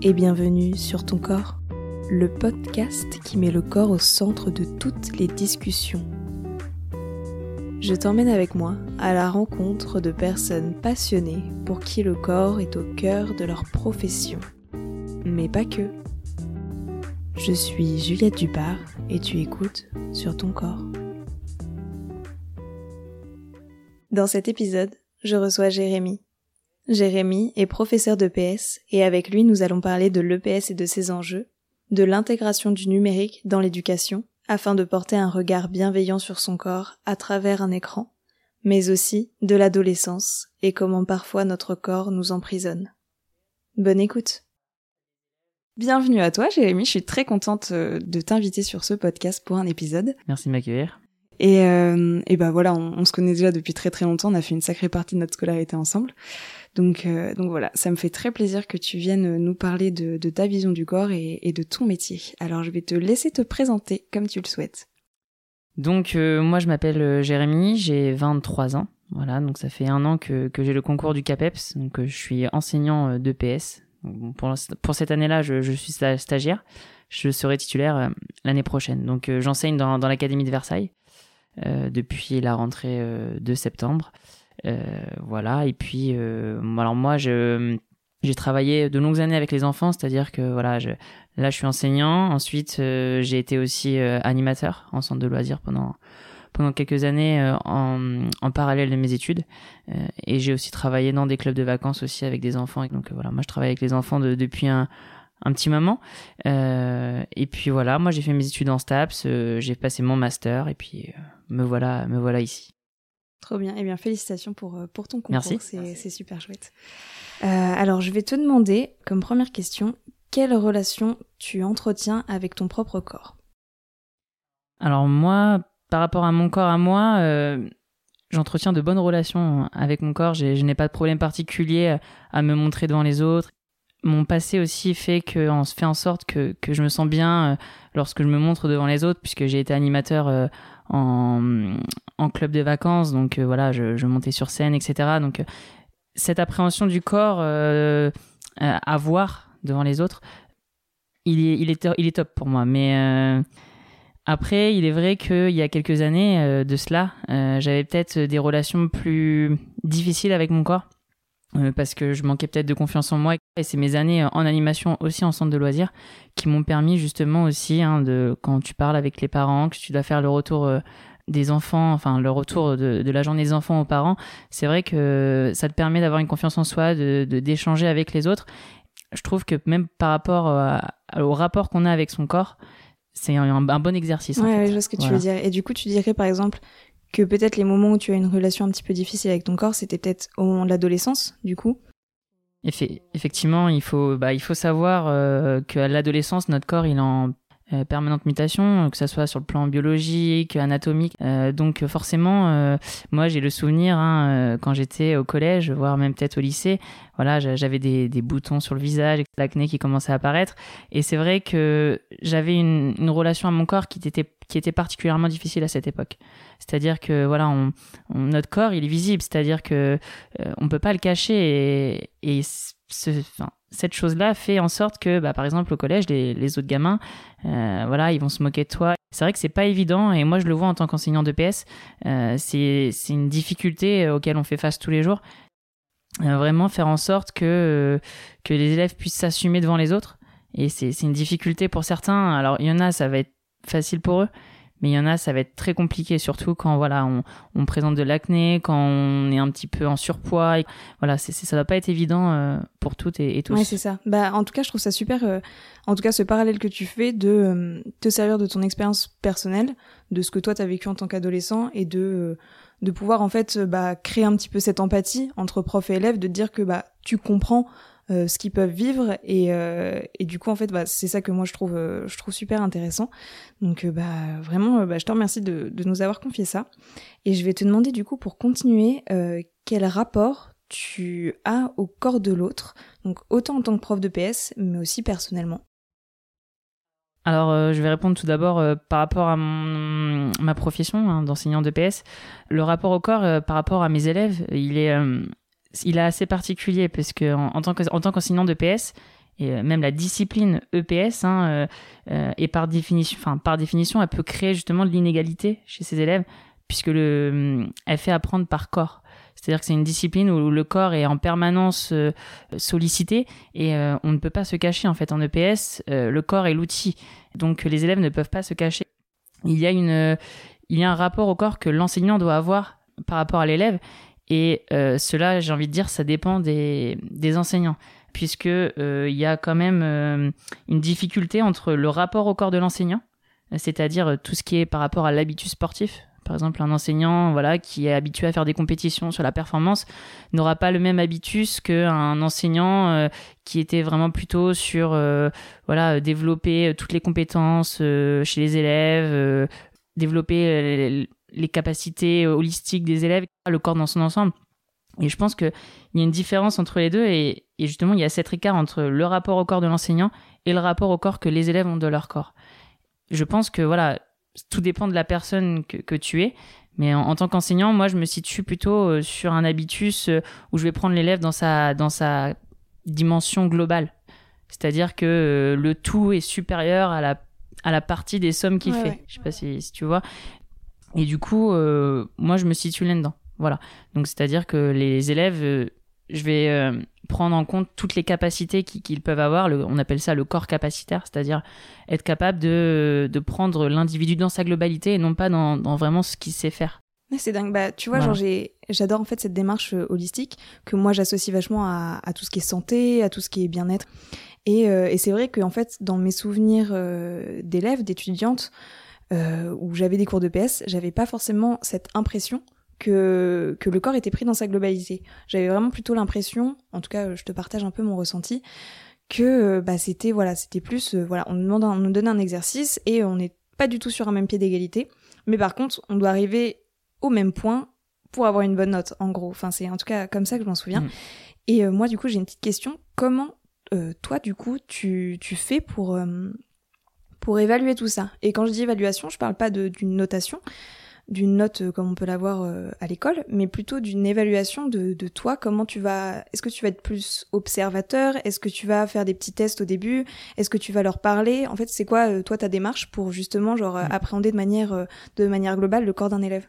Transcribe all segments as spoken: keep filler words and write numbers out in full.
et bienvenue sur Ton Corps, le podcast qui met le corps au centre de toutes les discussions. Je t'emmène avec moi à la rencontre de personnes passionnées pour qui le corps est au cœur de leur profession. Mais pas que. Je suis Juliette Dupart et tu écoutes sur Ton Corps. Dans cet épisode, je reçois Jérémy. Jérémy est professeur d'E P S et avec lui nous allons parler de l'E P S et de ses enjeux, de l'intégration du numérique dans l'éducation afin de porter un regard bienveillant sur son corps à travers un écran, mais aussi de l'adolescence et comment parfois notre corps nous emprisonne. Bonne écoute. Bienvenue à toi Jérémy, je suis très contente de t'inviter sur ce podcast pour un épisode. Merci de m'accueillir. Et, euh, et bah voilà, on, on se connaît déjà depuis très très longtemps, on a fait une sacrée partie de notre scolarité ensemble. Donc, euh, donc voilà, ça me fait très plaisir que tu viennes nous parler de, de ta vision du corps et, et de ton métier. Alors je vais te laisser te présenter comme tu le souhaites. Donc euh, moi je m'appelle Jérémy, j'ai vingt-trois ans. Voilà, donc ça fait un an que, que j'ai le concours du CAPEPS, donc euh, je suis enseignant d'E P S. Donc, pour, pour cette année-là, je, je suis stagiaire. Je serai titulaire euh, l'année prochaine. Donc euh, j'enseigne dans, dans l'Académie de Versailles euh, depuis la rentrée euh, de septembre. Euh, voilà, et puis euh, alors moi je j'ai travaillé de longues années avec les enfants, c'est-à-dire que voilà, je, là je suis enseignant, ensuite euh, j'ai été aussi euh, animateur en centre de loisirs pendant pendant quelques années euh, en en parallèle de mes études, euh, et j'ai aussi travaillé dans des clubs de vacances aussi avec des enfants, donc euh, voilà, moi je travaille avec les enfants de, depuis un un petit moment, euh, et puis voilà, moi j'ai fait mes études en STAPS, euh, j'ai passé mon master et puis euh, me voilà me voilà ici. Trop bien. Eh bien, félicitations pour, pour ton concours. Merci. C'est, Merci. c'est super chouette. Euh, alors, je vais te demander, comme première question, quelle relation tu entretiens avec ton propre corps ? Alors moi, par rapport à mon corps à moi, euh, j'entretiens de bonnes relations avec mon corps. J'ai, je n'ai pas de problème particulier à me montrer devant les autres. Mon passé aussi fait, que, on fait en sorte que, que je me sens bien euh, lorsque je me montre devant les autres, puisque j'ai été animateur euh, en, en club de vacances, donc euh, voilà, je, je montais sur scène, et cetera. Donc euh, cette appréhension du corps euh, euh, à voir devant les autres, il est, il est, il est top pour moi. Mais euh, après, il est vrai qu'il y a quelques années euh, de cela, euh, j'avais peut-être des relations plus difficiles avec mon corps. Euh, parce que je manquais peut-être de confiance en moi, et c'est mes années en animation aussi en centre de loisirs qui m'ont permis justement aussi, hein, de, quand tu parles avec les parents, que tu dois faire le retour euh, des enfants, enfin le retour de, de la journée des enfants aux parents, c'est vrai que ça te permet d'avoir une confiance en soi, de, de, d'échanger avec les autres. Je trouve que même par rapport à, au rapport qu'on a avec son corps, c'est un, un bon exercice. Ouais, en fait. je vois ce que voilà. tu veux dire. Et du coup, tu dirais par exemple que peut-être les moments où tu as une relation un petit peu difficile avec ton corps, c'était peut-être au moment de l'adolescence, du coup. Effe- effectivement, il faut, bah, il faut savoir euh, qu'à l'adolescence, notre corps, il est en euh, permanente mutation, que ça soit sur le plan biologique, anatomique. Euh, donc forcément, euh, moi, j'ai le souvenir, hein, euh, quand j'étais au collège, voire même peut-être au lycée, voilà, j'avais des, des boutons sur le visage, l'acné qui commençait à apparaître. Et c'est vrai que j'avais une, une relation à mon corps qui était, qui était particulièrement difficile à cette époque. C'est-à-dire que voilà, on, on, notre corps, il est visible, c'est-à-dire que euh, on peut pas le cacher, et, et ce, enfin, cette chose-là fait en sorte que, bah, par exemple, au collège, les, les autres gamins, euh, voilà, ils vont se moquer de toi. C'est vrai que c'est pas évident, et moi je le vois en tant qu'enseignant d'E P S, euh, c'est, c'est une difficulté auquel on fait face tous les jours. Euh, vraiment faire en sorte que, euh, que les élèves puissent s'assumer devant les autres, et c'est, c'est une difficulté pour certains. Alors il y en a, ça va être facile pour eux, mais il y en a, ça va être très compliqué, surtout quand voilà, on, on présente de l'acné, quand on est un petit peu en surpoids. Et, voilà, c'est, c'est, ça va pas être évident euh, pour toutes et, et tous. Ouais, c'est ça. Bah, en tout cas, je trouve ça super. Euh, en tout cas, ce parallèle que tu fais de euh, te servir de ton expérience personnelle, de ce que toi t'as vécu en tant qu'adolescent, et de euh, de pouvoir en fait bah créer un petit peu cette empathie entre prof et élève, de te dire que bah tu comprends Euh, ce qu'ils peuvent vivre, et euh, et du coup en fait bah c'est ça que moi je trouve euh, je trouve super intéressant. Donc euh, bah vraiment euh, bah je te remercie de de nous avoir confié ça, et je vais te demander du coup pour continuer euh, quel rapport tu as au corps de l'autre, donc autant en tant que prof de P S mais aussi personnellement. Alors, euh, je vais répondre tout d'abord euh, par rapport à mon, ma profession, hein, d'enseignant d'E P S. Le rapport au corps euh, par rapport à mes élèves, il est, euh, il est assez particulier, parce que en, en tant que, en tant qu'enseignant d'E P S, et euh, même la discipline E P S hein, euh, euh, et par définition, enfin par définition, elle peut créer justement de l'inégalité chez ses élèves puisque le, elle fait apprendre par corps. C'est-à-dire que c'est une discipline où le corps est en permanence euh, sollicité et euh, on ne peut pas se cacher en fait en E P S. Euh, le corps est l'outil, donc les élèves ne peuvent pas se cacher. Il y a une, euh, il y a un rapport au corps que l'enseignant doit avoir par rapport à l'élève et euh, cela, j'ai envie de dire, ça dépend des, des enseignants. Puisque euh, il y a quand même euh, une difficulté entre le rapport au corps de l'enseignant, c'est-à-dire tout ce qui est par rapport à l'habitus sportif. Par exemple, un enseignant voilà, qui est habitué à faire des compétitions sur la performance n'aura pas le même habitus qu'un enseignant euh, qui était vraiment plutôt sur euh, voilà, développer toutes les compétences euh, chez les élèves, euh, développer les, les capacités holistiques des élèves, le corps dans son ensemble. Et je pense qu'il y a une différence entre les deux et, et justement, il y a cet écart entre le rapport au corps de l'enseignant et le rapport au corps que les élèves ont de leur corps. Je pense que voilà, tout dépend de la personne que, que tu es, mais en, en tant qu'enseignant, moi, je me situe plutôt sur un habitus où je vais prendre l'élève dans sa, dans sa dimension globale. C'est-à-dire que euh, le tout est supérieur à la, à la partie des sommes qu'il ouais, fait. Ouais. Je sais pas si, si tu vois. Et du coup, euh, moi, je me situe là-dedans. Voilà. Donc, c'est-à-dire que les élèves, euh, je vais euh, prendre en compte toutes les capacités qu'ils, qu'ils peuvent avoir. Le, on appelle ça le corps capacitaire, c'est-à-dire être capable de, de prendre l'individu dans sa globalité et non pas dans, dans vraiment ce qu'il sait faire. C'est dingue. Bah, tu vois, voilà. genre, j'ai, j'adore en fait cette démarche euh, holistique que moi, j'associe vachement à, à tout ce qui est santé, à tout ce qui est bien-être. Et, euh, et c'est vrai que en fait, dans mes souvenirs euh, d'élèves, d'étudiantes, euh, où j'avais des cours de P S, j'avais pas forcément cette impression que, que le corps était pris dans sa globalité. J'avais vraiment plutôt l'impression, en tout cas je te partage un peu mon ressenti, que bah, c'était, voilà, c'était plus, euh, voilà, on nous, demande un, on nous donne un exercice et on n'est pas du tout sur un même pied d'égalité, mais par contre on doit arriver au même point pour avoir une bonne note, en gros. Enfin, c'est en tout cas comme ça que je m'en souviens. Mmh. Et euh, moi du coup j'ai une petite question, comment euh, toi du coup tu, tu fais pour, euh, pour évaluer tout ça? Et quand je dis évaluation, je parle pas de, d'une notation, d'une note euh, comme on peut l'avoir euh, à l'école, mais plutôt d'une évaluation de, de toi, comment tu vas... Est-ce que tu vas être plus observateur? Est-ce que tu vas faire des petits tests au début? Est-ce que tu vas leur parler? En fait, c'est quoi, euh, toi, ta démarche pour justement genre, euh, appréhender de manière, euh, de manière globale le corps d'un élève?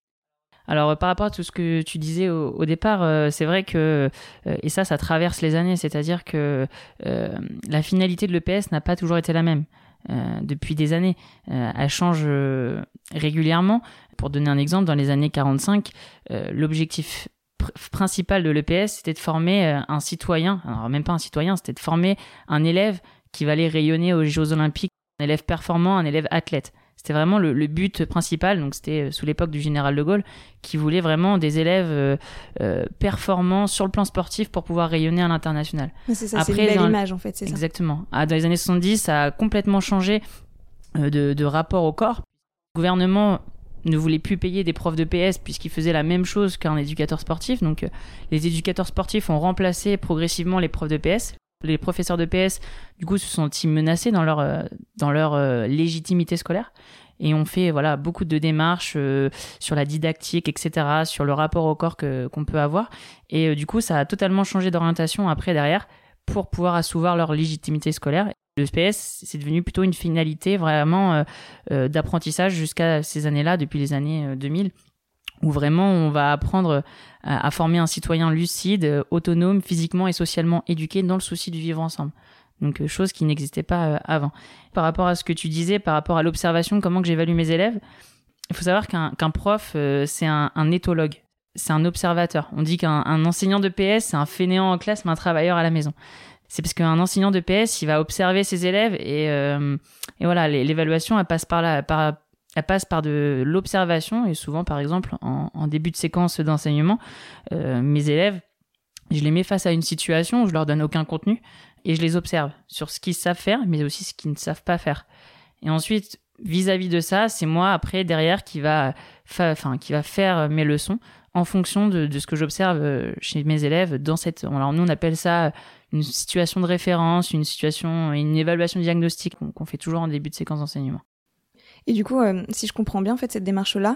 Alors, par rapport à tout ce que tu disais au, au départ, euh, c'est vrai que, euh, et ça, ça traverse les années, c'est-à-dire que euh, la finalité de l'E P S n'a pas toujours été la même. Euh, depuis des années. Euh, elle change euh, régulièrement. Pour donner un exemple, dans les années quarante-cinq, euh, l'objectif pr- principal de l'E P S, c'était de former euh, un citoyen, alors même pas un citoyen, c'était de former un élève qui va aller rayonner aux Jeux Olympiques, un élève performant, un élève athlète. C'était vraiment le, le but principal, donc c'était sous l'époque du général de Gaulle, qui voulait vraiment des élèves euh, euh, performants sur le plan sportif pour pouvoir rayonner à l'international. Mais c'est ça, Après, c'est une belle dans, image en fait, c'est exactement. ça. Exactement. Ah, dans les années soixante-dix, ça a complètement changé euh, de, de rapport au corps. Le gouvernement ne voulait plus payer des profs de P S puisqu'ils faisaient la même chose qu'un éducateur sportif. Donc euh, les éducateurs sportifs ont remplacé progressivement les profs de P S. Les professeurs de P S, du coup, se sont menacés dans leur, euh, dans leur euh, légitimité scolaire. Et on fait voilà, beaucoup de démarches euh, sur la didactique, et cetera, sur le rapport au corps que, qu'on peut avoir. Et euh, du coup, ça a totalement changé d'orientation après, derrière, pour pouvoir assouvoir leur légitimité scolaire. Le P S, c'est devenu plutôt une finalité vraiment euh, euh, d'apprentissage jusqu'à ces années-là, depuis les années euh, deux mille, où vraiment on va apprendre à, à former un citoyen lucide, autonome, physiquement et socialement éduqué dans le souci du vivre ensemble. Donc, euh, chose qui n'existait pas euh, avant. Par rapport à ce que tu disais, par rapport à l'observation, comment que j'évalue mes élèves, il faut savoir qu'un, qu'un prof, euh, c'est un, un éthologue, c'est un observateur. On dit qu'un un enseignant de P S, c'est un fainéant en classe, mais un travailleur à la maison. C'est parce qu'un enseignant de P S, il va observer ses élèves et, euh, et voilà, l'évaluation, elle passe par là, par Elle passe par de l'observation et souvent, par exemple, en, en début de séquence d'enseignement, euh, mes élèves, je les mets face à une situation où je leur donne aucun contenu et je les observe sur ce qu'ils savent faire, mais aussi ce qu'ils ne savent pas faire. Et ensuite, vis-à-vis de ça, c'est moi, après, derrière, qui va, fa- enfin, qui va faire mes leçons en fonction de, de ce que j'observe chez mes élèves dans cette... Alors, nous, on appelle ça une situation de référence, une situation, une évaluation diagnostique qu'on fait toujours en début de séquence d'enseignement. Et du coup, euh, si je comprends bien, en fait, cette démarche-là,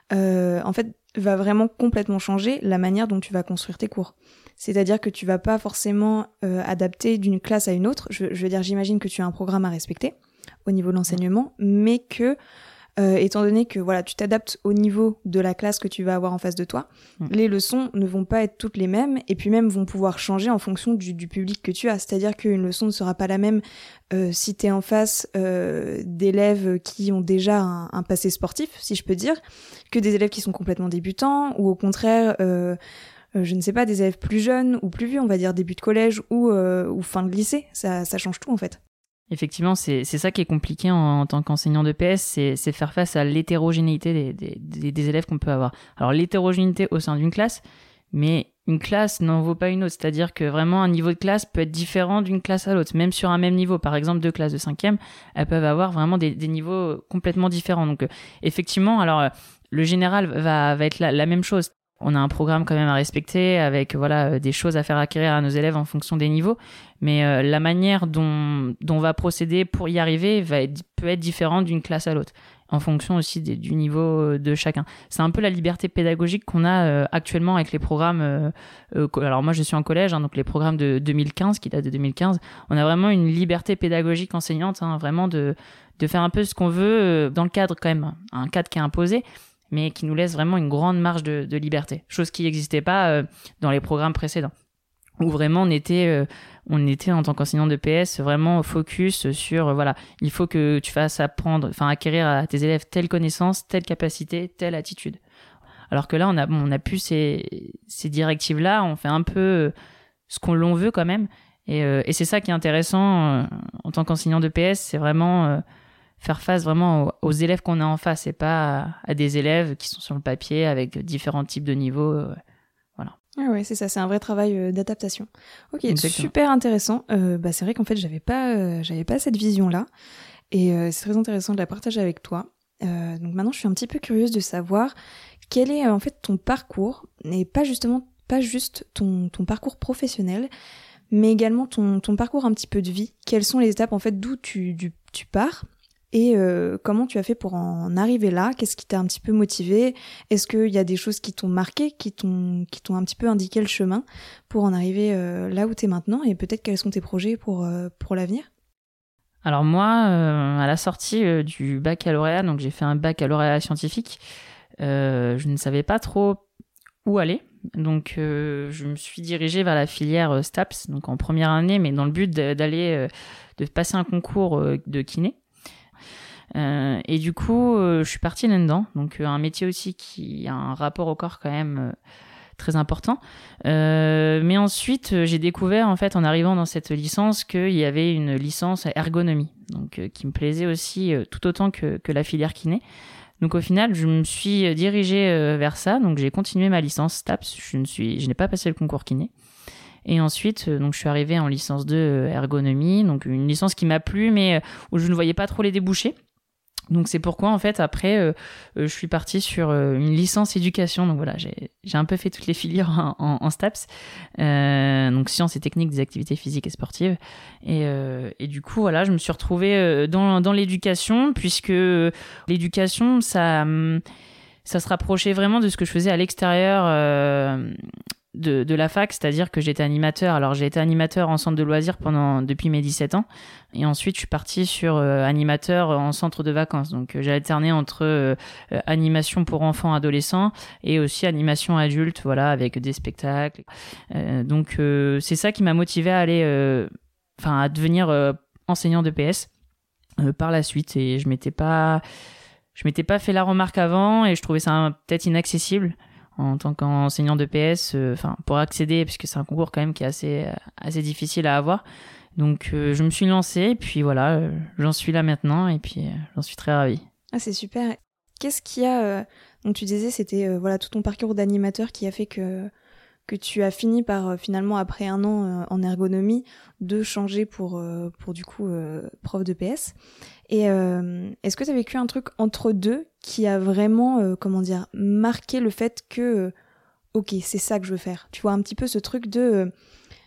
euh, en fait, va vraiment complètement changer la manière dont tu vas construire tes cours. C'est-à-dire que tu vas pas forcément euh, adapter d'une classe à une autre. Je, je veux dire, j'imagine que tu as un programme à respecter au niveau de l'enseignement, mais que Euh, étant donné que voilà, tu t'adaptes au niveau de la classe que tu vas avoir en face de toi, mmh. les leçons ne vont pas être toutes les mêmes et puis même vont pouvoir changer en fonction du, du public que tu as. C'est-à-dire qu'une leçon ne sera pas la même euh, si tu es en face euh, d'élèves qui ont déjà un, un passé sportif, si je peux dire, que des élèves qui sont complètement débutants ou au contraire... Euh, Euh, je ne sais pas, des élèves plus jeunes ou plus vieux, on va dire début de collège ou, euh, ou fin de lycée. Ça, ça change tout en fait. Effectivement, c'est, c'est ça qui est compliqué en, en tant qu'enseignant de P S, c'est, c'est faire face à l'hétérogénéité des, des, des, des élèves qu'on peut avoir. Alors l'hétérogénéité au sein d'une classe, mais une classe n'en vaut pas une autre. C'est-à-dire que vraiment un niveau de classe peut être différent d'une classe à l'autre, même sur un même niveau. Par exemple, deux classes de cinquième, elles peuvent avoir vraiment des, des niveaux complètement différents. Donc euh, effectivement, alors euh, le général va, va être la, la même chose. On a un programme quand même à respecter avec voilà des choses à faire acquérir à nos élèves en fonction des niveaux, mais euh, la manière dont, dont on va procéder pour y arriver va être, peut être différente d'une classe à l'autre, en fonction aussi des, du niveau de chacun. C'est un peu la liberté pédagogique qu'on a euh, actuellement avec les programmes. Euh, euh, alors moi je suis en collège, hein, donc les programmes de deux mille quinze qui datent de deux mille quinze, on a vraiment une liberté pédagogique enseignante, hein, vraiment de de faire un peu ce qu'on veut euh, dans le cadre quand même, un cadre qui est imposé, mais qui nous laisse vraiment une grande marge de, de liberté, chose qui n'existait pas euh, dans les programmes précédents, où vraiment on était, euh, on était en tant qu'enseignant de P S vraiment focus sur, euh, voilà, il faut que tu fasses apprendre, enfin acquérir à tes élèves telle connaissance, telle capacité, telle attitude. Alors que là, on a, bon, on a plus ces, ces directives-là, on fait un peu ce qu'on l'on veut quand même, et, euh, et c'est ça qui est intéressant euh, en tant qu'enseignant de P S, c'est vraiment... Euh, faire face vraiment aux, aux élèves qu'on a en face et pas à, à des élèves qui sont sur le papier avec différents types de niveaux. Euh, voilà. Ah ouais, c'est ça, c'est un vrai travail euh, d'adaptation. Ok, Exactement. Super intéressant. Euh, bah, c'est vrai qu'en fait, j'avais pas, euh, j'avais pas cette vision-là. Et euh, c'est très intéressant de la partager avec toi. Euh, donc maintenant, je suis un petit peu curieuse de savoir quel est euh, en fait ton parcours, et pas justement, pas juste ton, ton parcours professionnel, mais également ton, ton parcours un petit peu de vie. Quelles sont les étapes en fait d'où tu, du, tu pars? Et euh, comment tu as fait pour en arriver là? Qu'est-ce qui t'a un petit peu motivé? Est-ce qu'il y a des choses qui t'ont marqué, qui t'ont, qui t'ont un petit peu indiqué le chemin pour en arriver euh, là où t'es maintenant? Et peut-être quels sont tes projets pour, euh, pour l'avenir? Alors moi, euh, à la sortie euh, du baccalauréat, donc j'ai fait un baccalauréat scientifique, euh, je ne savais pas trop où aller. Donc euh, je me suis dirigée vers la filière euh, STAPS, donc en première année, mais dans le but de, d'aller, euh, de passer un concours euh, de kiné. Euh, et du coup, euh, je suis partie là-dedans. Donc, euh, un métier aussi qui a un rapport au corps quand même euh, très important. Euh, mais ensuite, euh, j'ai découvert, en fait, en arrivant dans cette licence, qu'il y avait une licence ergonomie, donc euh, qui me plaisait aussi euh, tout autant que, que la filière kiné. Donc, au final, je me suis dirigée euh, vers ça. Donc, j'ai continué ma licence STAPS. Je ne suis, je n'ai pas passé le concours kiné. Et ensuite, euh, donc, je suis arrivée en licence deux euh, ergonomie, donc une licence qui m'a plu, mais euh, où je ne voyais pas trop les débouchés. Donc c'est pourquoi en fait après euh, euh, je suis partie sur euh, une licence éducation. Donc voilà, j'ai j'ai un peu fait toutes les filières en, en, en STAPS, euh, donc sciences et techniques des activités physiques et sportives. Et, euh, et du coup voilà, je me suis retrouvée euh, dans dans l'éducation, puisque euh, l'éducation ça ça se rapprochait vraiment de ce que je faisais à l'extérieur euh, de, de la fac, c'est-à-dire que j'étais animateur. Alors j'ai été animateur en centre de loisirs pendant depuis mes dix-sept ans, et ensuite je suis partie sur euh, animateur en centre de vacances. Donc euh, j'ai alterné entre euh, euh, animation pour enfants adolescents et aussi animation adulte, voilà, avec des spectacles. Euh, donc euh, c'est ça qui m'a motivée à aller euh, enfin à devenir euh, enseignant de P S euh, par la suite. Et je m'étais pas je m'étais pas fait la remarque avant, et je trouvais ça peut-être inaccessible en tant qu'enseignant de P S, enfin euh, pour accéder, puisque c'est un concours quand même qui est assez assez difficile à avoir. Donc euh, je me suis lancée, et puis voilà, euh, j'en suis là maintenant, et puis euh, j'en suis très ravie. Ah, c'est super. Qu'est-ce qu'il y a euh... donc tu disais c'était euh, voilà tout ton parcours d'animateur qui a fait que que tu as fini par euh, finalement après un an euh, en ergonomie de changer pour euh, pour du coup euh, prof de P S. Et euh, est-ce que tu as vécu un truc entre deux qui a vraiment euh, comment dire marqué le fait que euh, ok, c'est ça que je veux faire. Tu vois un petit peu ce truc de euh,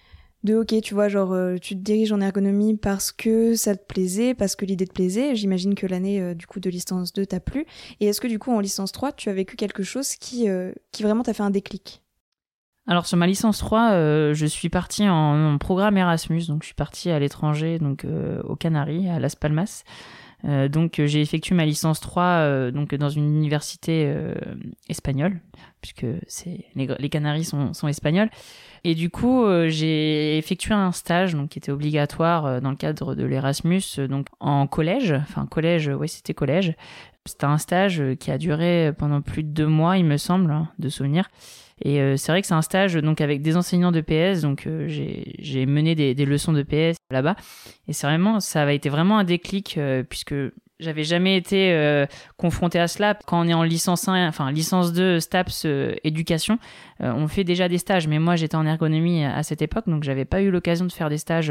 de ok, tu vois, genre euh, tu te diriges en ergonomie parce que ça te plaisait, parce que l'idée te plaisait. J'imagine que l'année euh, du coup de licence deux t'a plu. Et est-ce que du coup en licence trois, tu as vécu quelque chose qui, euh, qui vraiment t'a fait un déclic? Alors sur ma licence trois, euh, je suis partie en, en programme Erasmus, donc je suis partie à l'étranger, donc euh, aux Canaries, à Las Palmas. Euh, donc euh, j'ai effectué ma licence trois euh, donc dans une université euh, espagnole, puisque c'est les, les Canaries sont, sont espagnols. Et du coup, euh, j'ai effectué un stage donc qui était obligatoire euh, dans le cadre de l'Erasmus, euh, donc en collège, enfin collège, ouais c'était collège. C'était un stage euh, qui a duré pendant plus de deux mois, il me semble, hein, de souvenir. Et euh, c'est vrai que c'est un stage donc avec des enseignants de P S, donc euh, j'ai j'ai mené des, des leçons de P S là-bas. Et c'est vraiment, ça a été vraiment un déclic euh, puisque j'avais jamais été euh, confrontée à cela. Quand on est en licence un, enfin licence deux, STAPS, euh, éducation, euh, on fait déjà des stages. Mais moi, j'étais en ergonomie à cette époque, donc j'avais pas eu l'occasion de faire des stages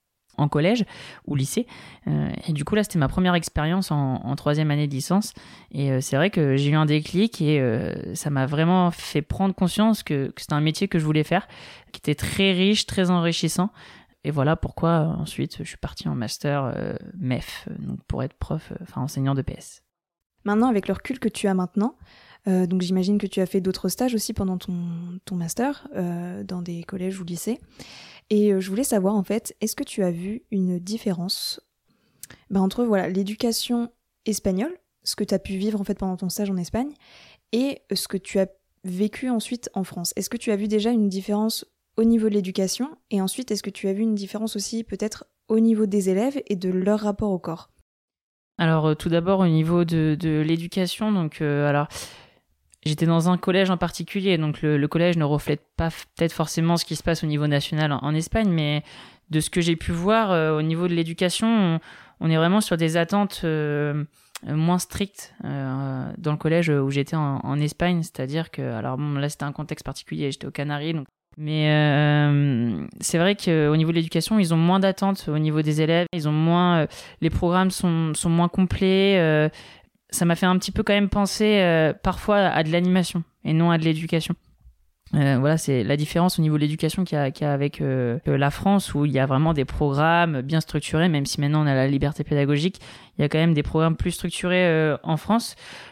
en collège ou lycée. Euh, et du coup, là, c'était ma première expérience en, en troisième année de licence. Et euh, c'est vrai que j'ai eu un déclic et euh, ça m'a vraiment fait prendre conscience que, que c'était un métier que je voulais faire, qui était très riche, très enrichissant. Et voilà pourquoi euh, ensuite je suis partie en master euh, M E F, donc pour être prof, euh, enfin enseignant de P S. Maintenant, avec le recul que tu as maintenant, euh, donc j'imagine que tu as fait d'autres stages aussi pendant ton, ton master euh, dans des collèges ou lycées. Et euh, je voulais savoir en fait, est-ce que tu as vu une différence bah, entre voilà, l'éducation espagnole, ce que tu as pu vivre en fait pendant ton stage en Espagne, et ce que tu as vécu ensuite en France? Est-ce que tu as vu déjà une différence au niveau de l'éducation? Et ensuite, est-ce que tu as vu une différence aussi peut-être au niveau des élèves et de leur rapport au corps? Alors euh, tout d'abord au niveau de, de l'éducation, donc euh, alors j'étais dans un collège en particulier, donc le, le collège ne reflète pas f- peut-être forcément ce qui se passe au niveau national en, en Espagne, mais de ce que j'ai pu voir euh, au niveau de l'éducation, on, on est vraiment sur des attentes euh, moins strictes euh, dans le collège où j'étais en, en Espagne, c'est-à-dire que, alors bon, là c'était un contexte particulier, j'étais aux Canaries, donc mais euh, c'est vrai qu'au niveau de l'éducation, ils ont moins d'attentes au niveau des élèves, ils ont moins, euh, les programmes sont, sont moins complets. Euh, ça m'a fait un petit peu quand même penser euh, parfois à de l'animation et non à de l'éducation. Euh, voilà, c'est la différence au niveau de l'éducation qu'il y a, qu'il y a avec euh, la France, où il y a vraiment des programmes bien structurés, même si maintenant on a la liberté pédagogique, il y a quand même des programmes plus structurés euh, en France.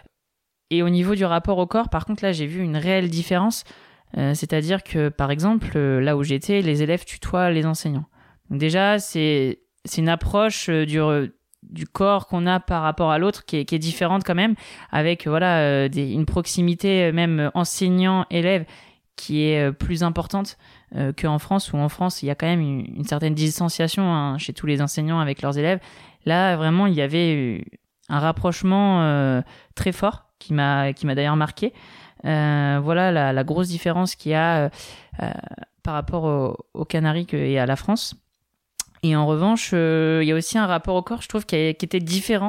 Et au niveau du rapport au corps, par contre, là, j'ai vu une réelle différence. Euh, c'est-à-dire que, par exemple, euh, là où j'étais, les élèves tutoient les enseignants. Donc déjà, c'est, c'est une approche euh, du, du corps qu'on a par rapport à l'autre qui est, qui est différente quand même, avec voilà, euh, des, une proximité même enseignant-élève qui est euh, plus importante euh, qu'en France, où en France, il y a quand même une, une certaine distanciation hein, chez tous les enseignants avec leurs élèves. Là, vraiment, il y avait un rapprochement euh, très fort qui m'a, qui m'a d'ailleurs marqué. Euh, voilà la, la grosse différence qu'il y a euh, euh, par rapport au, aux Canaries et à la France. Et en revanche, euh, il y a aussi un rapport au corps, je trouve, qui, a, qui était différent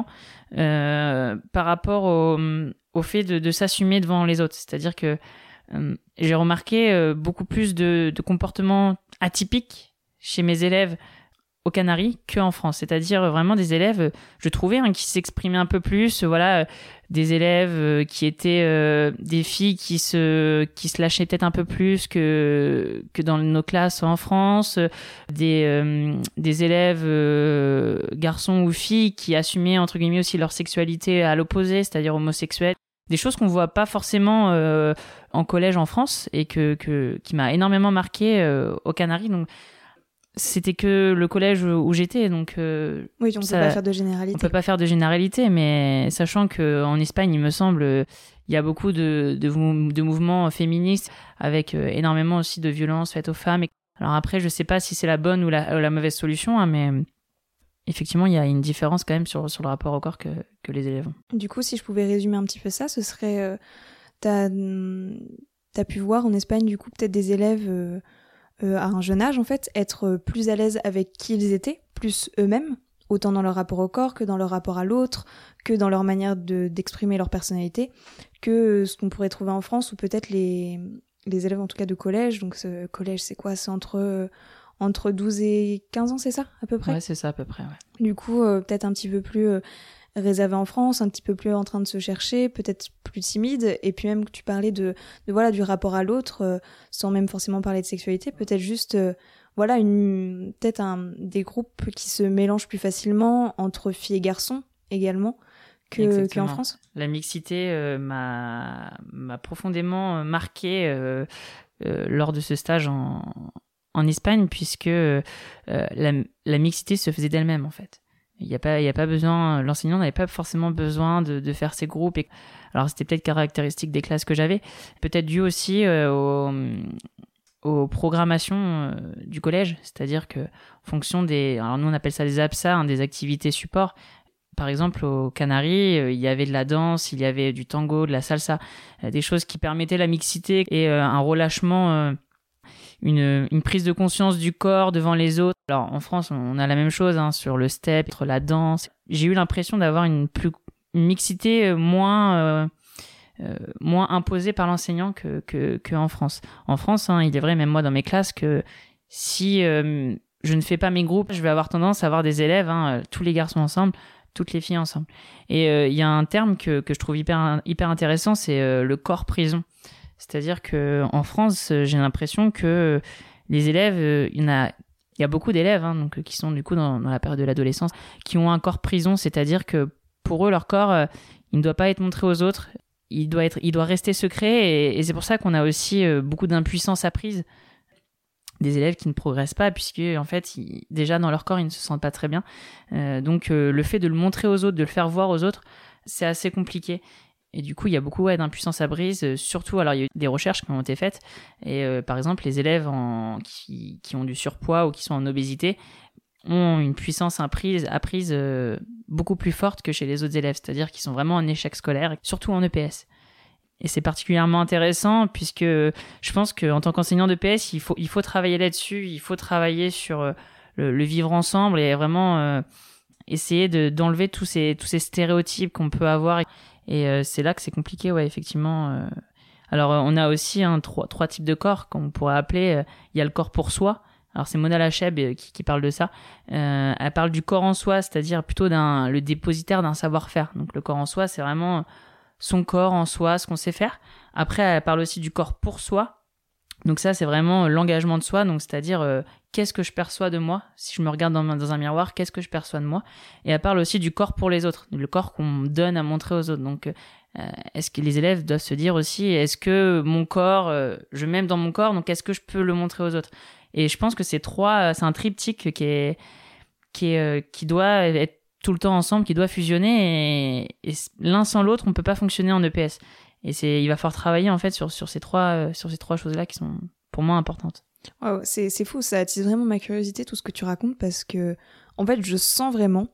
euh, par rapport au, au fait de, de s'assumer devant les autres. C'est-à-dire que euh, j'ai remarqué euh, beaucoup plus de, de comportements atypiques chez mes élèves aux Canaries qu'en France. C'est-à-dire vraiment des élèves, je trouvais, hein, qui s'exprimaient un peu plus, voilà, des élèves euh, qui étaient euh, des filles qui se, qui se lâchaient peut-être un peu plus que, que dans nos classes en France, des, euh, des élèves euh, garçons ou filles qui assumaient entre guillemets aussi leur sexualité à l'opposé, c'est-à-dire homosexuels. Des choses qu'on voit pas forcément euh, en collège en France et que, que, qui m'a énormément marqué euh, aux Canaries. Donc, c'était que le collège où j'étais, donc euh, oui, on ne peut pas faire de généralité. On peut pas faire de généralité, mais sachant que en Espagne, il me semble, il y a beaucoup de, de, de mouvements féministes avec euh, énormément aussi de violences faites aux femmes. Alors après, je sais pas si c'est la bonne ou la, ou la mauvaise solution, hein, mais effectivement, il y a une différence quand même sur, sur le rapport au corps que, que les élèves ont. Du coup, si je pouvais résumer un petit peu ça, ce serait, euh, t'as, t'as pu voir en Espagne, du coup, peut-être des élèves euh, euh, à un jeune âge, en fait, être plus à l'aise avec qui ils étaient, plus eux-mêmes, autant dans leur rapport au corps que dans leur rapport à l'autre, que dans leur manière de, d'exprimer leur personnalité, que ce qu'on pourrait trouver en France, ou peut-être les, les élèves, en tout cas, de collège. Donc, ce collège, c'est quoi? C'est entre... Entre douze et quinze ans, c'est ça, à peu près? Ouais, c'est ça, à peu près, ouais. Du coup, euh, peut-être un petit peu plus euh, réservé en France, un petit peu plus en train de se chercher, peut-être plus timide. Et puis même que tu parlais de, de voilà, du rapport à l'autre, euh, sans même forcément parler de sexualité, peut-être juste, euh, voilà, une, peut-être un, des groupes qui se mélangent plus facilement entre filles et garçons également que, qu'en France. La mixité euh, m'a, m'a profondément marqué euh, euh, lors de ce stage en, en Espagne, puisque euh, la, la mixité se faisait d'elle-même, en fait. Il y a pas, il y a pas besoin, l'enseignant n'avait pas forcément besoin de, de faire ses groupes. Et, alors, c'était peut-être caractéristique des classes que j'avais, peut-être dû aussi euh, au... aux programmations euh, du collège, c'est-à-dire que en fonction des, alors nous on appelle ça des A P S A, hein, des activités support. Par exemple, aux Canaries, euh, il y avait de la danse, il y avait du tango, de la salsa, euh, des choses qui permettaient la mixité et euh, un relâchement, euh, une, une prise de conscience du corps devant les autres. Alors en France, on a la même chose hein, sur le step, sur la danse. J'ai eu l'impression d'avoir une plus une mixité moins euh, Euh, moins imposé par l'enseignant que, que, que en France. En France, hein, il est vrai, même moi dans mes classes, que si euh, je ne fais pas mes groupes, je vais avoir tendance à avoir des élèves, hein, tous les garçons ensemble, toutes les filles ensemble. Et il euh, y a un terme que, que je trouve hyper, hyper intéressant, c'est euh, le corps prison. C'est-à-dire que en France, j'ai l'impression que les élèves, il y en a, il y a beaucoup d'élèves, hein, donc qui sont du coup dans, dans la période de l'adolescence, qui ont un corps prison, c'est-à-dire que pour eux, leur corps, euh, il ne doit pas être montré aux autres. Il doit être, il doit rester secret et, et c'est pour ça qu'on a aussi euh, beaucoup d'impuissance apprise des élèves qui ne progressent pas puisque en fait ils, déjà dans leur corps ils ne se sentent pas très bien. Euh, donc euh, le fait de le montrer aux autres, de le faire voir aux autres, c'est assez compliqué. Et du coup il y a beaucoup ouais, d'impuissance apprise, euh, surtout alors il y a eu des recherches qui ont été faites et euh, par exemple les élèves en, qui, qui ont du surpoids ou qui sont en obésité ont une puissance apprise, apprise euh, beaucoup plus forte que chez les autres élèves, c'est-à-dire qu'ils sont vraiment en échec scolaire, surtout en E P S. Et c'est particulièrement intéressant puisque je pense qu'en tant qu'enseignant d'E P S, il faut, il faut travailler là-dessus, il faut travailler sur euh, le, le vivre ensemble et vraiment euh, essayer de, d'enlever tous ces, tous ces stéréotypes qu'on peut avoir. Et euh, c'est là que c'est compliqué, ouais, effectivement. Euh. Alors, on a aussi hein, trois, trois types de corps qu'on pourrait appeler. Euh, il y a le corps pour soi. Alors c'est Mona Lacheb qui, qui parle de ça. Euh, elle parle du corps en soi, c'est-à-dire plutôt d'un le dépositaire d'un savoir-faire. Donc le corps en soi, c'est vraiment son corps en soi, ce qu'on sait faire. Après, elle parle aussi du corps pour soi. Donc ça, c'est vraiment l'engagement de soi. Donc c'est-à-dire euh, qu'est-ce que je perçois de moi. Si je me regarde dans, dans un miroir, qu'est-ce que je perçois de moi. Et elle parle aussi du corps pour les autres, le corps qu'on donne à montrer aux autres. Donc euh, est-ce que les élèves doivent se dire aussi, est-ce que mon corps, euh, je m'aime dans mon corps, donc est-ce que je peux le montrer aux autres. Et je pense que c'est trois, c'est un triptyque qui est, qui est, qui doit être tout le temps ensemble, qui doit fusionner et, et l'un sans l'autre, on peut pas fonctionner en E P S. Et c'est, il va falloir travailler en fait sur sur ces trois, sur ces trois choses-là qui sont pour moi importantes. Wow, c'est c'est fou, ça attise vraiment ma curiosité tout ce que tu racontes parce que en fait je sens vraiment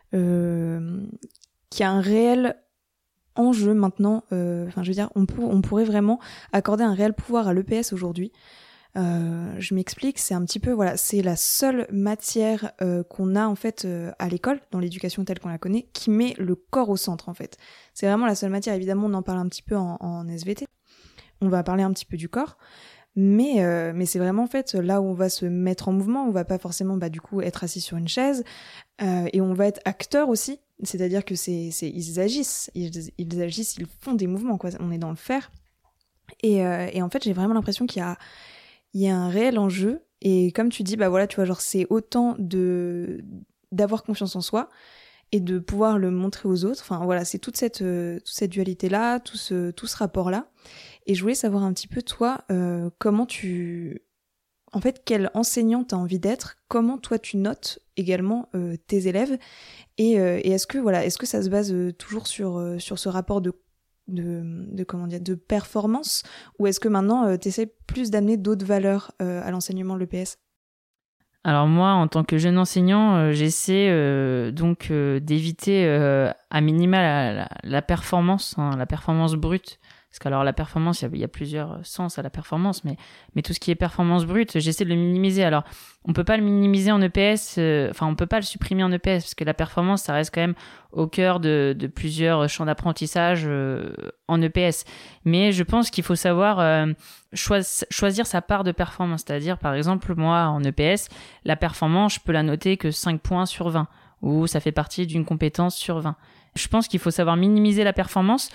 euh, qu'il y a un réel enjeu maintenant. Enfin, euh, je veux dire, on pour, on pourrait vraiment accorder un réel pouvoir à l'E P S aujourd'hui. Euh, je m'explique, c'est un petit peu, voilà, c'est la seule matière euh, qu'on a en fait euh, à l'école, dans l'éducation telle qu'on la connaît, qui met le corps au centre en fait. C'est vraiment la seule matière, évidemment on en parle un petit peu en, en S V T, on va parler un petit peu du corps, mais, euh, mais c'est vraiment en fait là où on va se mettre en mouvement, on va pas forcément bah, du coup être assis sur une chaise, euh, et on va être acteur aussi, c'est-à-dire que c'est, c'est, ils agissent, ils, ils agissent, ils font des mouvements, quoi. On est dans le faire, et, euh, et en fait j'ai vraiment l'impression qu'il y a il y a un réel enjeu, et comme tu dis, bah voilà, tu vois, genre c'est autant de d'avoir confiance en soi et de pouvoir le montrer aux autres. Enfin voilà, c'est toute cette euh, toute cette dualité là, tout ce tout ce rapport là. Et je voulais savoir un petit peu toi, euh, comment tu, en fait, quel enseignant t'as envie d'être, comment toi tu notes également euh, tes élèves, et, euh, et est-ce que voilà, est-ce que ça se base euh, toujours sur euh, sur ce rapport de De, de comment dire de performance, ou est-ce que maintenant euh, tu essaies plus d'amener d'autres valeurs euh, à l'enseignement de l'E P S? Alors moi, en tant que jeune enseignant, euh, j'essaie euh, donc euh, d'éviter euh, à minima la, la, la performance, hein, la performance brute. Parce qu'alors la performance, il y, y a plusieurs sens à la performance, mais, mais tout ce qui est performance brute, j'essaie de le minimiser. Alors, on peut pas le minimiser en E P S, euh, enfin on peut pas le supprimer en E P S, parce que la performance, ça reste quand même au cœur de, de plusieurs champs d'apprentissage euh, en E P S. Mais je pense qu'il faut savoir euh, choisi- choisir sa part de performance. C'est-à-dire, par exemple, moi, en E P S, la performance, je peux la noter que cinq points sur vingt, ou ça fait partie d'une compétence sur vingt. Je pense qu'il faut savoir minimiser la performance.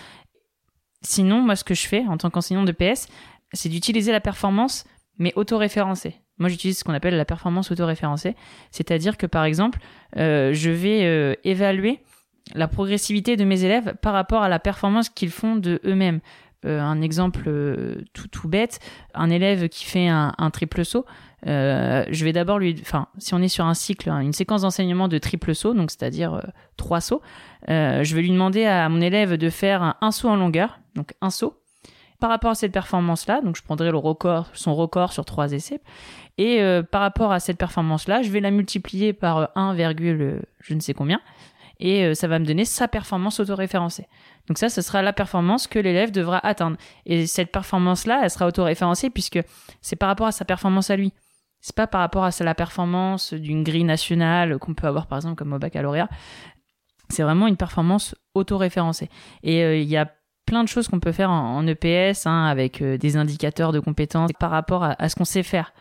Sinon, moi, ce que je fais en tant qu'enseignant de P S, c'est d'utiliser la performance, mais autoréférencée. moi j'utilise ce qu'on appelle la performance autoréférencée, c'est-à-dire que par exemple, euh, je vais euh, évaluer la progressivité de mes élèves par rapport à la performance qu'ils font de eux-mêmes. Euh, un exemple euh, tout tout bête, un élève qui fait un, un triple saut, euh, je vais d'abord lui, enfin, si on est sur un cycle, hein, une séquence d'enseignement de triple saut, donc c'est-à-dire euh, trois sauts, euh, je vais lui demander à mon élève de faire un, un saut en longueur, donc un saut. Par rapport à cette performance-là, donc je prendrai le record, son record sur trois essais, et euh, par rapport à cette performance-là, je vais la multiplier par un, je ne sais combien, et euh, ça va me donner sa performance autoréférencée. Donc ça, ce sera la performance que l'élève devra atteindre. Et cette performance-là, elle sera autoréférencée puisque c'est par rapport à sa performance à lui. C'est pas par rapport à la performance d'une grille nationale qu'on peut avoir par exemple comme au baccalauréat. C'est vraiment une performance autoréférencée. Et il euh, y a plein de choses qu'on peut faire en, en E P S hein, avec euh, des indicateurs de compétences par rapport à, à ce qu'on sait faire.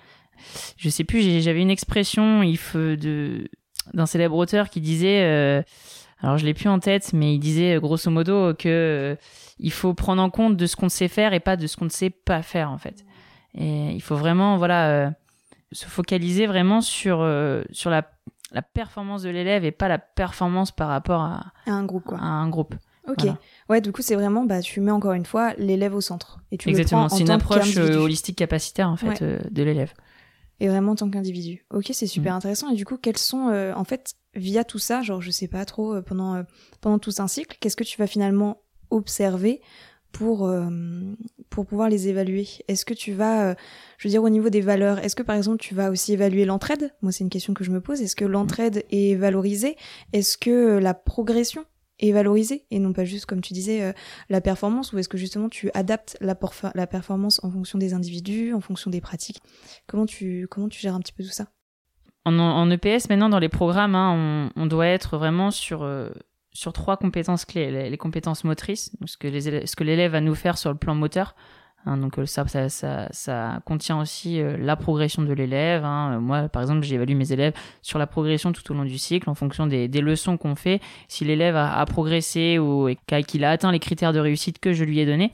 Je sais plus, j'ai, j'avais une expression il faut de, d'un célèbre auteur qui disait... Euh, alors je l'ai plus en tête, mais il disait grosso modo que euh, il faut prendre en compte de ce qu'on sait faire et pas de ce qu'on ne sait pas faire en fait. Et il faut vraiment voilà euh, se focaliser vraiment sur euh, sur la la performance de l'élève et pas la performance par rapport à, à un groupe quoi. À un groupe. Ok. Voilà. Ouais, du coup c'est vraiment bah tu mets encore une fois l'élève au centre et tu Exactement. le prends en C'est une tant approche qu'individu. holistique capacitaire en fait ouais. euh, de l'élève. Et vraiment en tant qu'individu. Ok, c'est super mmh. intéressant. Et du coup, quels sont, euh, en fait, via tout ça, genre, je sais pas trop, euh, pendant, euh, pendant tout un cycle, qu'est-ce que tu vas finalement observer pour, euh, pour pouvoir les évaluer? Est-ce que tu vas, euh, je veux dire, au niveau des valeurs, est-ce que par exemple, tu vas aussi évaluer l'entraide? Moi, c'est une question que je me pose. Est-ce que l'entraide est valorisée? Est-ce que euh, la progression est valorisée et non pas juste comme tu disais euh, la performance, ou est-ce que justement tu adaptes la, porfa- la performance en fonction des individus, en fonction des pratiques? Comment tu comment tu gères un petit peu tout ça? En, en E P S maintenant dans les programmes hein, on, on doit être vraiment sur euh, sur trois compétences clés, les, les compétences motrices, donc ce que les élèves, ce que l'élève va nous faire sur le plan moteur. Hein, donc ça, ça, ça, ça contient aussi euh, la progression de l'élève. Hein. Moi, par exemple, j'évalue mes élèves sur la progression tout au long du cycle en fonction des, des leçons qu'on fait. Si l'élève a, a progressé ou qu'il a atteint les critères de réussite que je lui ai donnés,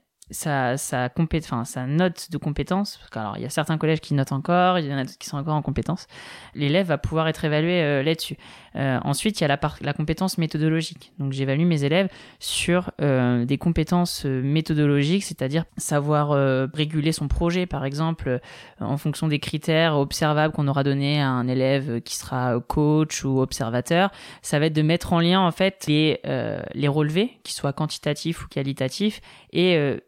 sa, sa, compé- enfin, sa note de compétence, parce qu'alors il y a certains collèges qui notent encore, il y en a d'autres qui sont encore en compétence, l'élève va pouvoir être évalué euh, là-dessus. Euh, ensuite, il y a la, part, la compétence méthodologique. Donc j'évalue mes élèves sur euh, des compétences méthodologiques, c'est-à-dire savoir euh, réguler son projet, par exemple, euh, en fonction des critères observables qu'on aura donné à un élève qui sera coach ou observateur. Ça va être de mettre en lien en fait les, euh, les relevés, qu'ils soient quantitatifs ou qualitatifs, et euh,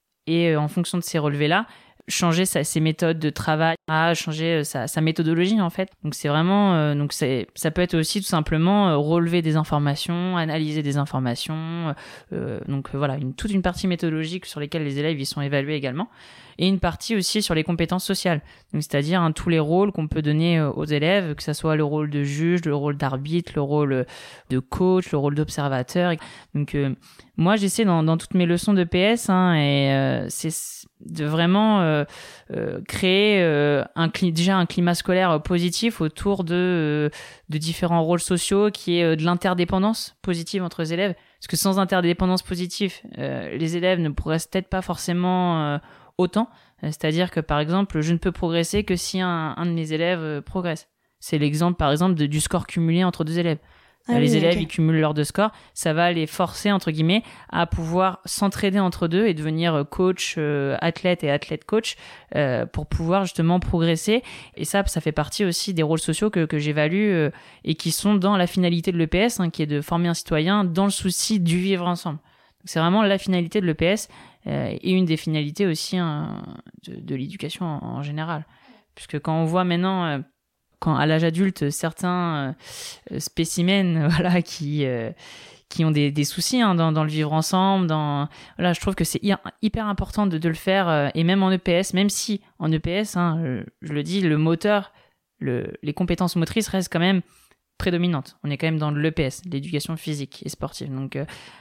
et en fonction de ces relevés-là, changer sa, ses méthodes de travail, à changer sa, sa méthodologie en fait. Donc c'est vraiment, euh, donc c'est, ça peut être aussi tout simplement euh, relever des informations, analyser des informations. Euh, donc euh, voilà, une, toute une partie méthodologique sur lesquelles les élèves ils sont évalués également, et une partie aussi sur les compétences sociales. Donc c'est-à-dire hein, tous les rôles qu'on peut donner euh, aux élèves, que ça soit le rôle de juge, le rôle d'arbitre, le rôle de coach, le rôle d'observateur. Donc euh, moi, j'essaie dans, dans toutes mes leçons de P S, hein, et euh, c'est de vraiment euh, euh, créer euh, un cli- déjà un climat scolaire positif autour de euh, de différents rôles sociaux, qui est euh, de l'interdépendance positive entre les élèves. Parce que sans interdépendance positive, euh, les élèves ne progressent peut-être pas forcément euh, autant. C'est-à-dire que par exemple, je ne peux progresser que si un, un de mes élèves euh, progresse. C'est l'exemple par exemple de, du score cumulé entre deux élèves. Ah les oui, élèves, okay. Ils cumulent leurs deux scores. Ça va les forcer, entre guillemets, à pouvoir s'entraider entre deux et devenir coach, euh, athlète et athlète-coach euh, pour pouvoir justement progresser. Et ça, ça fait partie aussi des rôles sociaux que, que j'évalue euh, et qui sont dans la finalité de l'E P S, hein, qui est de former un citoyen dans le souci du vivre ensemble. Donc, c'est vraiment la finalité de l'E P S euh, et une des finalités aussi hein, de, de l'éducation en, en général. Puisque quand on voit maintenant... Euh, quand à l'âge adulte certains euh, spécimens voilà qui euh, qui ont des des soucis hein, dans dans le vivre ensemble, dans voilà, je trouve que c'est hyper important de de le faire euh, et même en E P S, même si en E P S hein, je, je le dis, le moteur, le les compétences motrices restent quand même prédominantes. On est quand même dans l'E P S, l'éducation physique et sportive. Donc euh,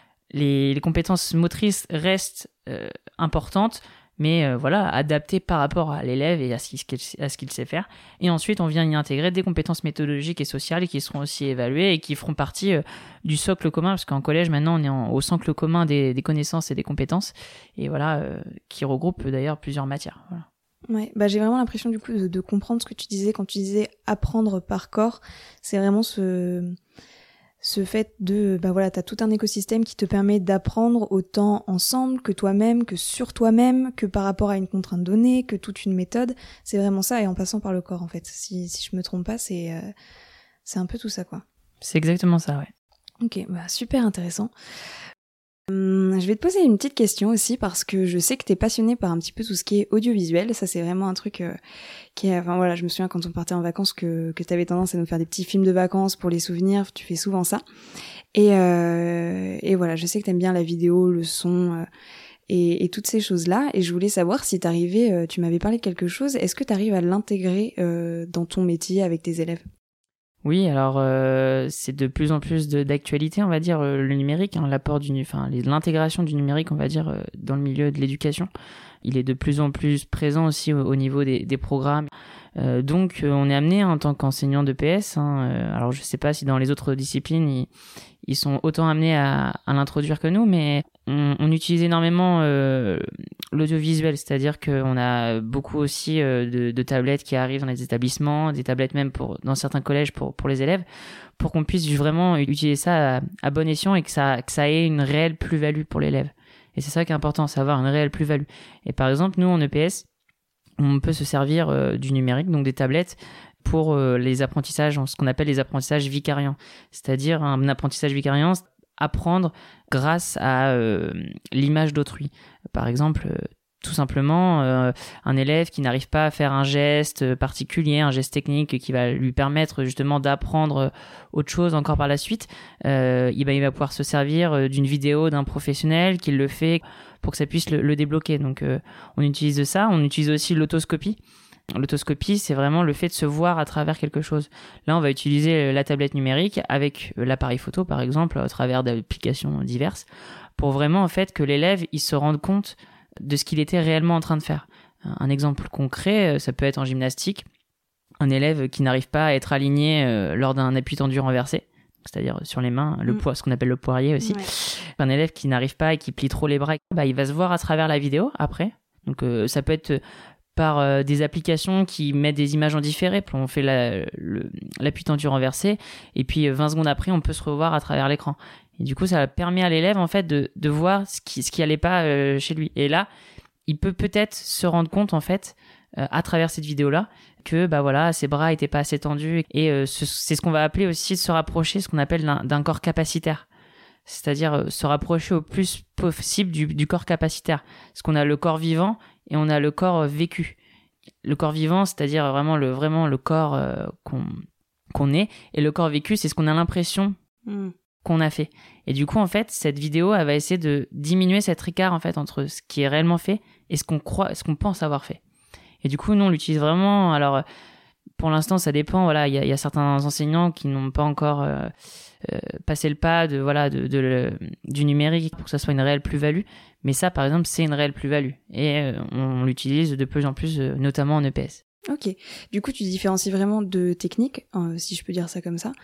les les compétences motrices restent euh, importantes, mais euh, voilà, adapté par rapport à l'élève et à ce, qu'il, à ce qu'il sait faire. Et ensuite, on vient y intégrer des compétences méthodologiques et sociales qui seront aussi évaluées et qui feront partie euh, du socle commun, parce qu'en collège, maintenant, on est en, au socle commun des, des connaissances et des compétences, et voilà, euh, qui regroupe d'ailleurs plusieurs matières. Voilà. Ouais, bah j'ai vraiment l'impression du coup de, de comprendre ce que tu disais quand tu disais apprendre par corps. C'est vraiment ce ce fait de bah voilà, t'as tout un écosystème qui te permet d'apprendre autant ensemble que toi-même, que sur toi-même, que par rapport à une contrainte donnée, que toute une méthode. C'est vraiment ça, et en passant par le corps en fait. Si si je me trompe pas, c'est euh, c'est un peu tout ça quoi. C'est exactement ça, ouais. Ok, bah super intéressant. Hum, je vais te poser une petite question aussi parce que je sais que t'es passionnée par un petit peu tout ce qui est audiovisuel. Ça, c'est vraiment un truc euh, qui est... Enfin voilà, je me souviens quand on partait en vacances que, que t'avais tendance à nous faire des petits films de vacances pour les souvenirs. Tu fais souvent ça. Et, euh, et voilà, je sais que t'aimes bien la vidéo, le son euh, et, et toutes ces choses-là. Et je voulais savoir si t'arrivais... Euh, tu m'avais parlé de quelque chose. Est-ce que t'arrives à l'intégrer euh, dans ton métier avec tes élèves ? Oui, alors euh, c'est de plus en plus de, d'actualité, on va dire, euh, le numérique, hein, l'apport du, enfin, les, l'intégration du numérique, on va dire, euh, dans le milieu de l'éducation. Il est de plus en plus présent aussi au, au niveau des, des programmes. Euh, donc, euh, on est amené en tant qu'enseignant de P S. Hein, euh, alors, je sais pas si dans les autres disciplines, ils, ils sont autant amenés à, à l'introduire que nous, mais on, on utilise énormément euh, l'audiovisuel, c'est-à-dire qu'on a beaucoup aussi euh, de, de tablettes qui arrivent dans les établissements, des tablettes même pour, dans certains collèges pour, pour les élèves, pour qu'on puisse vraiment utiliser ça à, à bon escient et que ça, que ça ait une réelle plus-value pour l'élève. Et c'est ça qui est important, c'est avoir une réelle plus-value. Et par exemple, nous, en E P S, on peut se servir euh, du numérique, donc des tablettes, pour euh, les apprentissages, ce qu'on appelle les apprentissages vicariants. C'est-à-dire un apprentissage vicariant, apprendre grâce à euh, l'image d'autrui. Par exemple, euh, tout simplement, euh, un élève qui n'arrive pas à faire un geste particulier, un geste technique qui va lui permettre justement d'apprendre autre chose encore par la suite, euh, il, va, il va pouvoir se servir d'une vidéo d'un professionnel qui le fait pour que ça puisse le, le débloquer. Donc, euh, on utilise ça. On utilise aussi l'autoscopie. L'autoscopie, c'est vraiment le fait de se voir à travers quelque chose. Là, on va utiliser la tablette numérique avec l'appareil photo, par exemple, à travers d'applications diverses, pour vraiment, en fait, que l'élève, il se rende compte de ce qu'il était réellement en train de faire. Un exemple concret, ça peut être en gymnastique, un élève qui n'arrive pas à être aligné euh, lors d'un appui tendu renversé, c'est-à-dire sur les mains, le mmh. poids, ce qu'on appelle le poirier aussi. Ouais. Un élève qui n'arrive pas et qui plie trop les bras, bah, il va se voir à travers la vidéo après. Donc euh, ça peut être par euh, des applications qui mettent des images en différé. On fait la, le, l'appui tendu renversé et puis vingt secondes après, on peut se revoir à travers l'écran. Et du coup, ça permet à l'élève en fait de, de voir ce qui ce qui allait pas euh, chez lui. Et là, il peut peut-être se rendre compte en fait euh, à travers cette vidéo-là que bah voilà, ses bras étaient pas assez tendus. Et euh, ce, c'est ce qu'on va appeler aussi se rapprocher, ce qu'on appelle d'un, d'un corps capacitaire. C'est-à-dire euh, se rapprocher au plus possible du, du corps capacitaire. Parce qu'on a le corps vivant et on a le corps euh, vécu. Le corps vivant, c'est-à-dire vraiment le vraiment le corps euh, qu'on qu'on est, et le corps vécu, c'est ce qu'on a l'impression Mmh. qu'on a fait. Et du coup, en fait, cette vidéo, elle va essayer de diminuer cet écart, en fait, entre ce qui est réellement fait et ce qu'on croit, ce qu'on pense avoir fait. Et du coup, nous, on l'utilise vraiment. Alors, pour l'instant, ça dépend. Voilà, il y a, y a certains enseignants qui n'ont pas encore euh, euh, passé le pas de, voilà, de, de, de, du numérique pour que ça soit une réelle plus-value. Mais ça, par exemple, c'est une réelle plus-value. Et euh, on l'utilise de plus en plus, euh, notamment en E P S. Ok. Du coup, tu différencies vraiment deux techniques, euh, si je peux dire ça comme ça.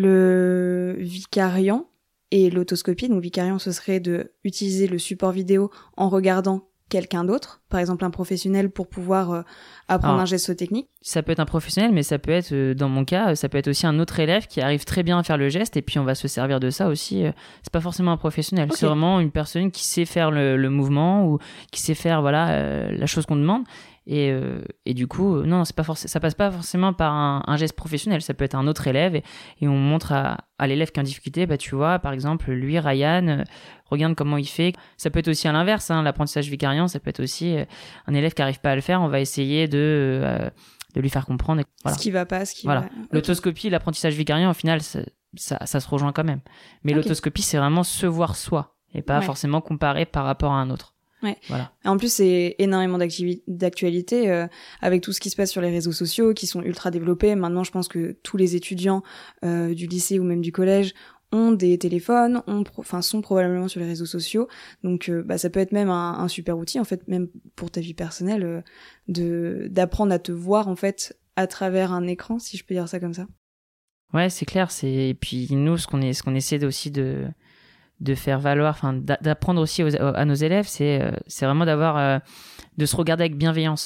Le vicariant et l'autoscopie. Donc, vicariant, ce serait de utiliser le support vidéo en regardant quelqu'un d'autre, par exemple un professionnel, pour pouvoir euh, apprendre Alors, un geste technique. Ça peut être un professionnel, mais ça peut être, euh, dans mon cas, ça peut être aussi un autre élève qui arrive très bien à faire le geste, et puis on va se servir de ça aussi. Euh, c'est pas forcément un professionnel, okay. C'est vraiment une personne qui sait faire le, le mouvement ou qui sait faire voilà euh, la chose qu'on demande. Et, euh, et du coup, euh, non, c'est pas forc- ça passe pas forcément par un, un geste professionnel. Ça peut être un autre élève et, et on montre à, à l'élève qui est en difficulté, bah tu vois, par exemple, lui, Ryan, euh, regarde comment il fait. Ça peut être aussi à l'inverse, hein, l'apprentissage vicariant, ça peut être aussi euh, un élève qui arrive pas à le faire. On va essayer de euh, de lui faire comprendre. Voilà. Ce qui va pas, ce qui voilà. va. Okay. L'autoscopie et l'apprentissage vicariant, au final, ça, ça, ça se rejoint quand même. Mais okay. L'autoscopie, c'est vraiment se voir soi et pas ouais. forcément comparer par rapport à un autre. Ouais. Voilà. En plus, c'est énormément d'actualité euh, avec tout ce qui se passe sur les réseaux sociaux qui sont ultra développés. Maintenant, je pense que tous les étudiants euh, du lycée ou même du collège ont des téléphones, ont pro- enfin sont probablement sur les réseaux sociaux. Donc, euh, bah, ça peut être même un, un super outil en fait, même pour ta vie personnelle, euh, de d'apprendre à te voir en fait à travers un écran, si je peux dire ça comme ça. Ouais, c'est clair. C'est et puis nous, ce qu'on est, ce qu'on essaie aussi de de faire valoir, enfin d'apprendre aussi aux, à nos élèves, c'est c'est vraiment d'avoir euh, de se regarder avec bienveillance.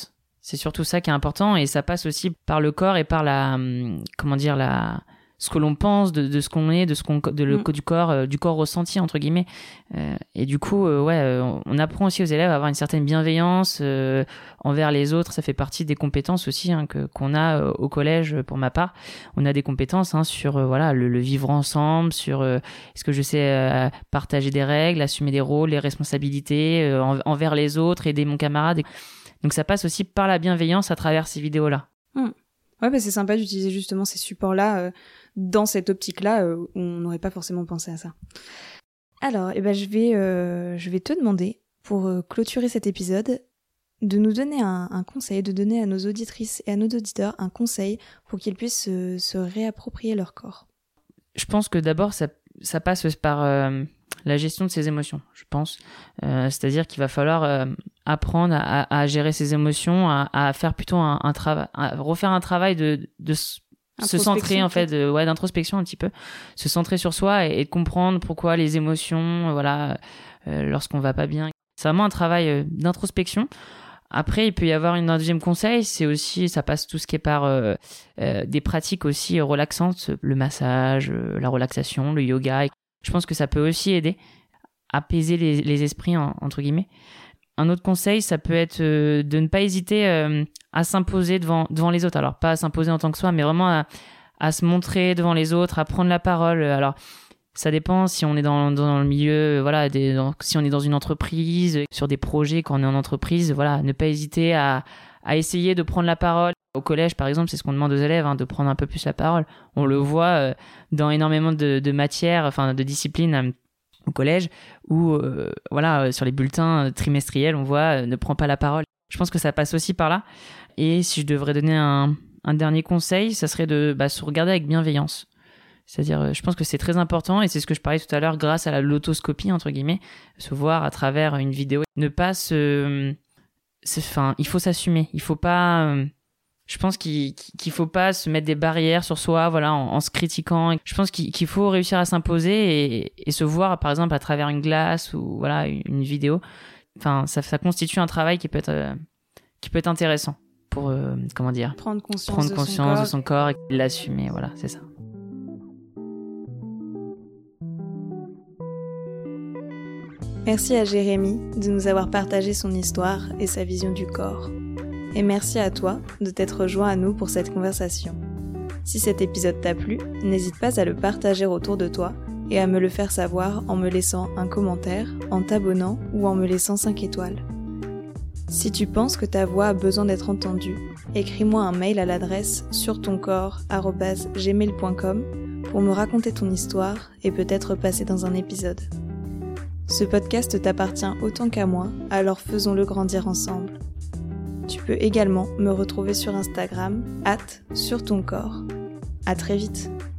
C'est surtout ça qui est important et ça passe aussi par le corps et par la, comment dire, la, ce que l'on pense de, de ce qu'on est, de ce qu'on, de le, mmh. du corps, euh, du corps ressenti entre guillemets. Euh, et du coup, euh, ouais, euh, on apprend aussi aux élèves à avoir une certaine bienveillance euh, envers les autres. Ça fait partie des compétences aussi hein, que qu'on a euh, au collège. Pour ma part, on a des compétences hein, sur euh, voilà le, le vivre ensemble, sur euh, est-ce que je sais euh, partager des règles, assumer des rôles, les responsabilités euh, en, envers les autres, aider mon camarade. Donc ça passe aussi par la bienveillance à travers ces vidéos-là. Mmh. Ouais, bah c'est sympa d'utiliser justement ces supports-là euh, dans cette optique-là euh, où on n'aurait pas forcément pensé à ça. Alors, eh ben, je vais, euh, je vais te demander, pour euh, clôturer cet épisode, de nous donner un, un conseil, de donner à nos auditrices et à nos auditeurs un conseil pour qu'ils puissent se, se réapproprier leur corps. Je pense que d'abord, ça, ça passe par euh, la gestion de ses émotions, je pense. Euh, c'est-à-dire qu'il va falloir euh, apprendre à, à gérer ses émotions, à, à faire plutôt un, un travail, à refaire un travail de, de se centrer en fait, de, ouais, d'introspection un petit peu, se centrer sur soi et, et de comprendre pourquoi les émotions, voilà, euh, lorsqu'on va pas bien. C'est vraiment un travail euh, d'introspection. Après, il peut y avoir une, un deuxième conseil, c'est aussi, ça passe tout ce qui est par euh, euh, des pratiques aussi relaxantes, le massage, euh, la relaxation, le yoga. Je pense que ça peut aussi aider à apaiser les, les esprits, en, entre guillemets. Un autre conseil, ça peut être euh, de ne pas hésiter euh, à s'imposer devant, devant les autres. Alors, pas à s'imposer en tant que soi, mais vraiment à, à se montrer devant les autres, à prendre la parole. Alors, ça dépend si on est dans, dans le milieu, voilà, des, dans, si on est dans une entreprise, sur des projets, quand on est en entreprise, voilà, ne pas hésiter à, à essayer de prendre la parole. Au collège, par exemple, c'est ce qu'on demande aux élèves, hein, de prendre un peu plus la parole. On le voit euh, dans énormément de, de matières, enfin, de disciplines euh, au collège, où, euh, voilà, euh, sur les bulletins trimestriels, on voit euh, ne prend pas la parole. Je pense que ça passe aussi par là. Et si je devrais donner un, un dernier conseil, ça serait de bah, se regarder avec bienveillance. C'est-à-dire, je pense que c'est très important et c'est ce que je parlais tout à l'heure grâce à la l'autoscopie, entre guillemets, se voir à travers une vidéo. Ne pas se... Enfin, il faut s'assumer. Il faut pas... Je pense qu'il, qu'il faut pas se mettre des barrières sur soi, voilà, en, en se critiquant. Je pense qu'il, qu'il faut réussir à s'imposer et, et se voir, par exemple, à travers une glace ou voilà, une, une vidéo. Enfin, ça, ça constitue un travail qui peut être, euh, qui peut être intéressant pour, euh, comment dire, prendre conscience, prendre de, conscience son de son corps et l'assumer, voilà, c'est ça. Merci à Jérémy de nous avoir partagé son histoire et sa vision du corps. Et merci à toi de t'être rejoint à nous pour cette conversation. Si cet épisode t'a plu, n'hésite pas à le partager autour de toi et à me le faire savoir en me laissant un commentaire, en t'abonnant ou en me laissant cinq étoiles. Si tu penses que ta voix a besoin d'être entendue, écris-moi un mail à l'adresse surtoncorps arobase gmail point com pour me raconter ton histoire et peut-être passer dans un épisode. Ce podcast t'appartient autant qu'à moi, alors faisons-le grandir ensemble. Tu peux également me retrouver sur Instagram, arobase surtoncorps. À très vite.